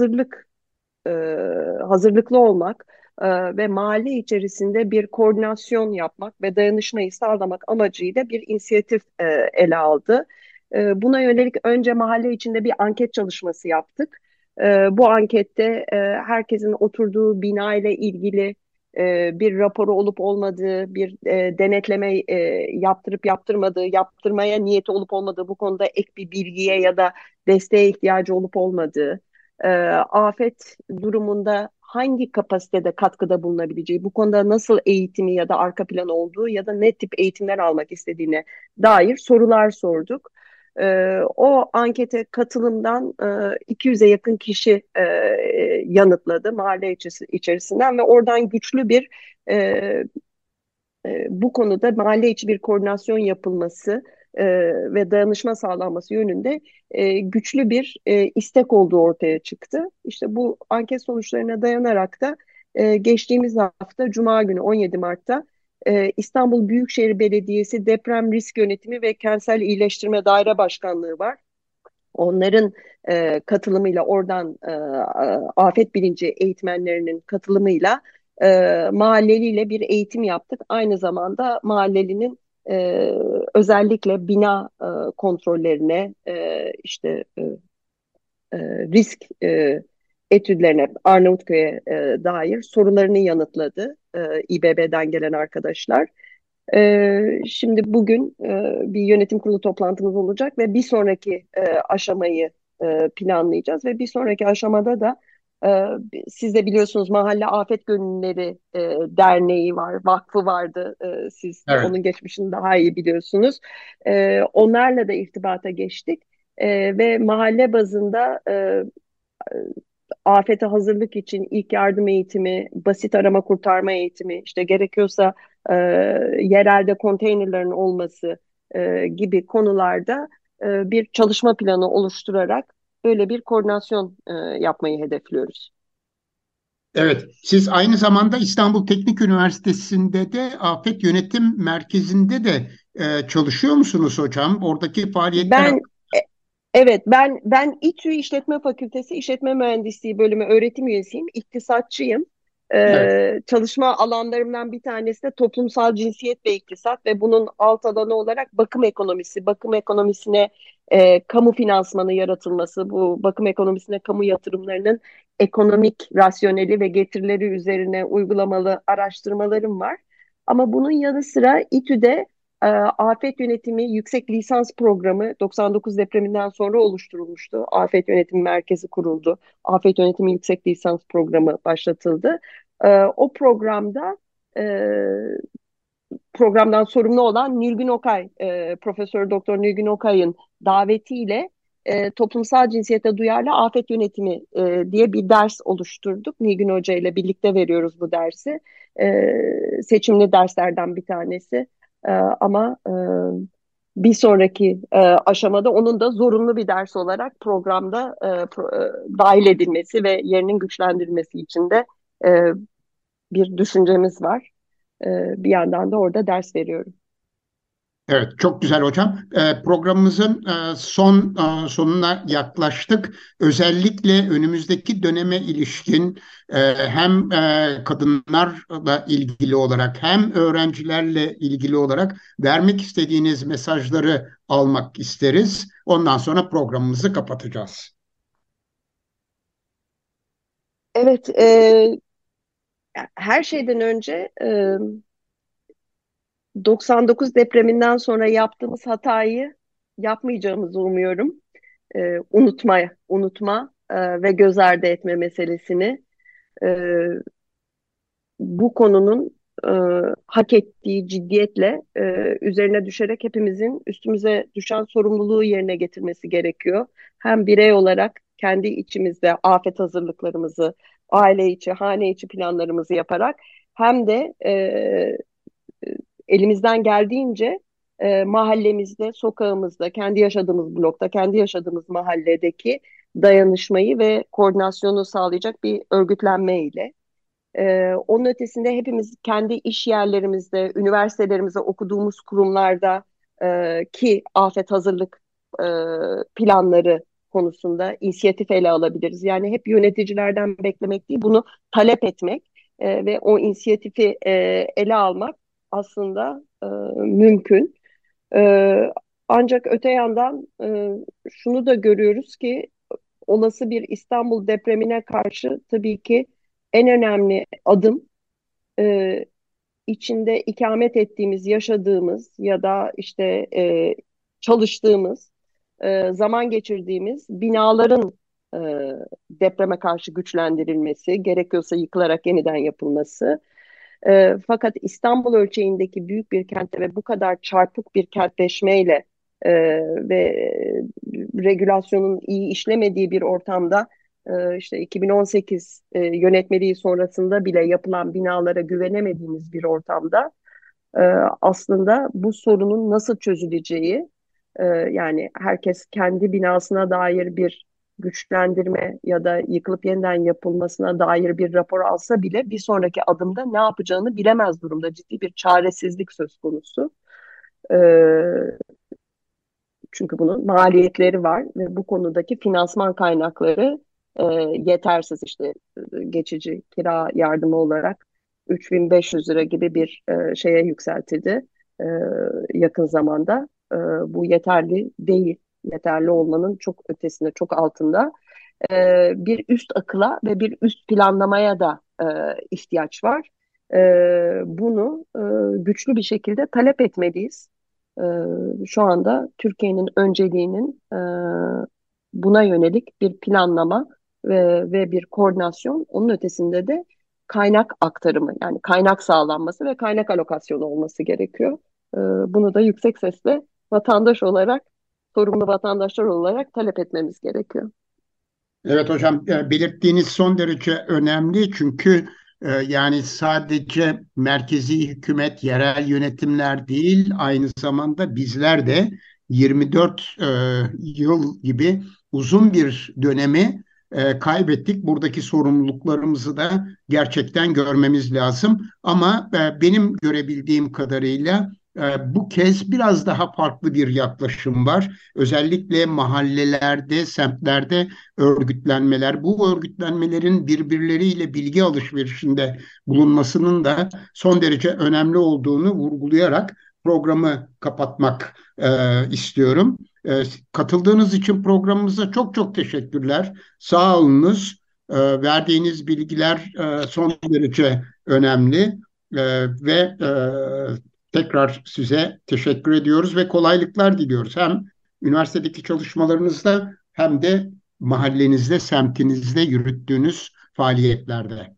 e, hazırlıklı olmak ve mahalle içerisinde bir koordinasyon yapmak ve dayanışmayı sağlamak amacıyla bir inisiyatif ele aldı. Buna yönelik önce mahalle içinde bir anket çalışması yaptık. Bu ankette herkesin oturduğu bina ile ilgili bir raporu olup olmadığı, bir denetleme yaptırıp yaptırmadığı, yaptırmaya niyeti olup olmadığı, bu konuda ek bir bilgiye ya da desteğe ihtiyacı olup olmadığı, afet durumunda hangi kapasitede katkıda bulunabileceği, bu konuda nasıl eğitimi ya da arka plan olduğu ya da ne tip eğitimler almak istediğine dair sorular sorduk. O ankete katılımdan 200'e yakın kişi yanıtladı mahalle içerisinden ve oradan güçlü bir e, bu konuda mahalle içi bir koordinasyon yapılması e, ve dayanışma sağlanması yönünde güçlü bir istek olduğu ortaya çıktı. İşte bu anket sonuçlarına dayanarak da geçtiğimiz hafta Cuma günü 17 Mart'ta İstanbul Büyükşehir Belediyesi Deprem Risk Yönetimi ve Kentsel İyileştirme Daire Başkanlığı var. Onların katılımıyla oradan afet bilinci eğitmenlerinin katılımıyla mahalleliyle bir eğitim yaptık. Aynı zamanda mahallelinin özellikle bina kontrollerine işte risk etüdlerine Arnavutköy'e dair sorularını yanıtladı İBB'den gelen arkadaşlar. Şimdi bugün bir yönetim kurulu toplantımız olacak ve bir sonraki aşamayı planlayacağız ve bir sonraki aşamada da e, siz de biliyorsunuz Mahalle Afet Gönüllüleri Derneği var, vakfı vardı. Siz Evet. onun geçmişini daha iyi biliyorsunuz. Onlarla da irtibata geçtik. Ve mahalle bazında afete hazırlık için ilk yardım eğitimi, basit arama kurtarma eğitimi, işte gerekiyorsa yerelde konteynerlerin olması gibi konularda bir çalışma planı oluşturarak böyle bir koordinasyon yapmayı hedefliyoruz. Evet, siz aynı zamanda İstanbul Teknik Üniversitesi'nde de Afet Yönetim Merkezi'nde de çalışıyor musunuz hocam? Oradaki faaliyetler Ben hakkında. ben İTÜ İşletme Fakültesi İşletme Mühendisliği bölümü öğretim üyesiyim, iktisatçıyım. Evet, Çalışma alanlarımdan bir tanesi de toplumsal cinsiyet ve iktisat ve bunun alt alanı olarak bakım ekonomisi. Bakım ekonomisine kamu finansmanı yaratılması, bu bakım ekonomisine kamu yatırımlarının ekonomik rasyoneli ve getirileri üzerine uygulamalı araştırmalarım var. Ama bunun yanı sıra İTÜ'de Afet Yönetimi Yüksek Lisans Programı 99 depreminden sonra oluşturulmuştu. Afet Yönetimi Merkezi kuruldu. Afet Yönetimi Yüksek Lisans Programı başlatıldı. O programda e, programdan sorumlu olan Nilgün Okay, Profesör Doktor Nilgün Okay'ın davetiyle toplumsal cinsiyete duyarlı afet yönetimi diye bir ders oluşturduk. Nilgün Hoca ile birlikte veriyoruz bu dersi. Seçimli derslerden bir tanesi. Ama bir sonraki aşamada onun da zorunlu bir ders olarak programda dahil edilmesi ve yerinin güçlendirilmesi için de e, bir düşüncemiz var. Bir yandan da orada ders veriyorum. evet, çok güzel hocam. Programımızın sonuna yaklaştık. Özellikle önümüzdeki döneme ilişkin hem kadınlarla ilgili olarak hem öğrencilerle ilgili olarak vermek istediğiniz mesajları almak isteriz. Ondan sonra programımızı kapatacağız. Evet, her şeyden önce 99 depreminden sonra yaptığımız hatayı yapmayacağımızı umuyorum. Unutma ve göz ardı etme meselesini. E, Bu konunun e, hak ettiği ciddiyetle üzerine düşerek hepimizin üstümüze düşen sorumluluğu yerine getirmesi gerekiyor. Hem birey olarak kendi içimizde afet hazırlıklarımızı, aile içi, hane içi planlarımızı yaparak hem de elimizden geldiğince mahallemizde, sokağımızda, kendi yaşadığımız blokta, kendi yaşadığımız mahalledeki dayanışmayı ve koordinasyonu sağlayacak bir örgütlenme ile. Onun ötesinde hepimiz kendi iş yerlerimizde, üniversitelerimizde, okuduğumuz kurumlarda ki afet hazırlık e, planları konusunda inisiyatif ele alabiliriz. Yani hep yöneticilerden beklemek değil, bunu talep etmek ve o inisiyatifi ele almak aslında mümkün. E, Ancak öte yandan şunu da görüyoruz ki olası bir İstanbul depremine karşı tabii ki en önemli adım e, içinde ikamet ettiğimiz, yaşadığımız ya da işte çalıştığımız, zaman geçirdiğimiz binaların e, depreme karşı güçlendirilmesi, gerekiyorsa yıkılarak yeniden yapılması. Fakat İstanbul ölçeğindeki büyük bir kentte ve bu kadar çarpık bir kentleşmeyle ve regülasyonun iyi işlemediği bir ortamda işte 2018 yönetmeliği sonrasında bile yapılan binalara güvenemediğimiz bir ortamda e, aslında bu sorunun nasıl çözüleceği yani herkes kendi binasına dair bir güçlendirme ya da yıkılıp yeniden yapılmasına dair bir rapor alsa bile bir sonraki adımda ne yapacağını bilemez durumda. Ciddi bir çaresizlik söz konusu. E, Çünkü bunun maliyetleri var ve bu konudaki finansman kaynakları e, yetersiz işte geçici kira yardımı olarak 3.500 lira gibi bir şeye yükseltildi e, yakın zamanda. Bu yeterli değil. Yeterli olmanın çok ötesinde, çok altında. Bir üst akıla ve bir üst planlamaya da ihtiyaç var. Bunu güçlü bir şekilde talep etmeliyiz. E, Şu anda Türkiye'nin önceliğinin buna yönelik bir planlama ve bir koordinasyon, onun ötesinde de kaynak aktarımı yani kaynak sağlanması ve kaynak alokasyonu olması gerekiyor. Bunu da yüksek sesle vatandaş olarak, sorumlu vatandaşlar olarak talep etmemiz gerekiyor. Evet hocam, belirttiğiniz son derece önemli çünkü yani sadece merkezi hükümet, yerel yönetimler değil, aynı zamanda bizler de 24 yıl gibi uzun bir dönemi kaybettik. Buradaki sorumluluklarımızı da gerçekten görmemiz lazım. Ama benim görebildiğim kadarıyla bu kez biraz daha farklı bir yaklaşım var. Özellikle mahallelerde, semtlerde örgütlenmeler, bu örgütlenmelerin birbirleriyle bilgi alışverişinde bulunmasının da son derece önemli olduğunu vurgulayarak programı kapatmak istiyorum. Katıldığınız için programımıza çok çok teşekkürler. Sağ olunuz. Verdiğiniz bilgiler son derece önemli. Ve tekrar size teşekkür ediyoruz ve kolaylıklar diliyoruz. Hem üniversitedeki çalışmalarınızda hem de mahallenizde, semtinizde yürüttüğünüz faaliyetlerde.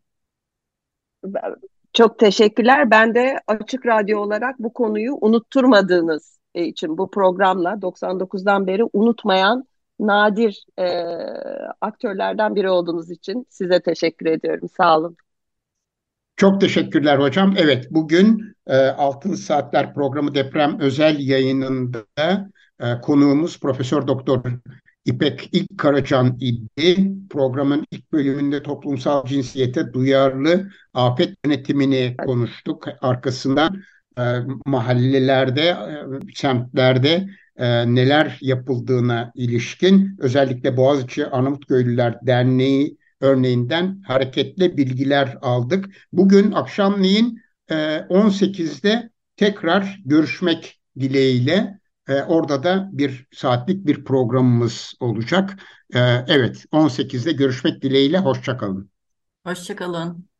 Çok teşekkürler. Ben de Açık Radyo olarak bu konuyu unutturmadığınız için bu programla 99'dan beri unutmayan nadir aktörlerden biri olduğunuz için size teşekkür ediyorum. Sağ olun. Çok teşekkürler hocam. Evet, bugün Altın Saatler programı deprem özel yayınında konuğumuz Profesör Doktor İpek İlkkaracan idi. Programın ilk bölümünde toplumsal cinsiyete duyarlı afet yönetimini konuştuk. Arkasından e, mahallelerde, semtlerde neler yapıldığına ilişkin özellikle Boğaziçi Arnavutköylüler Derneği örneğinden hareketle bilgiler aldık. Bugün akşamleyin 18'de tekrar görüşmek dileğiyle. Orada da bir saatlik bir programımız olacak. Evet, 18'de görüşmek dileğiyle. Hoşça kalın. Hoşça kalın.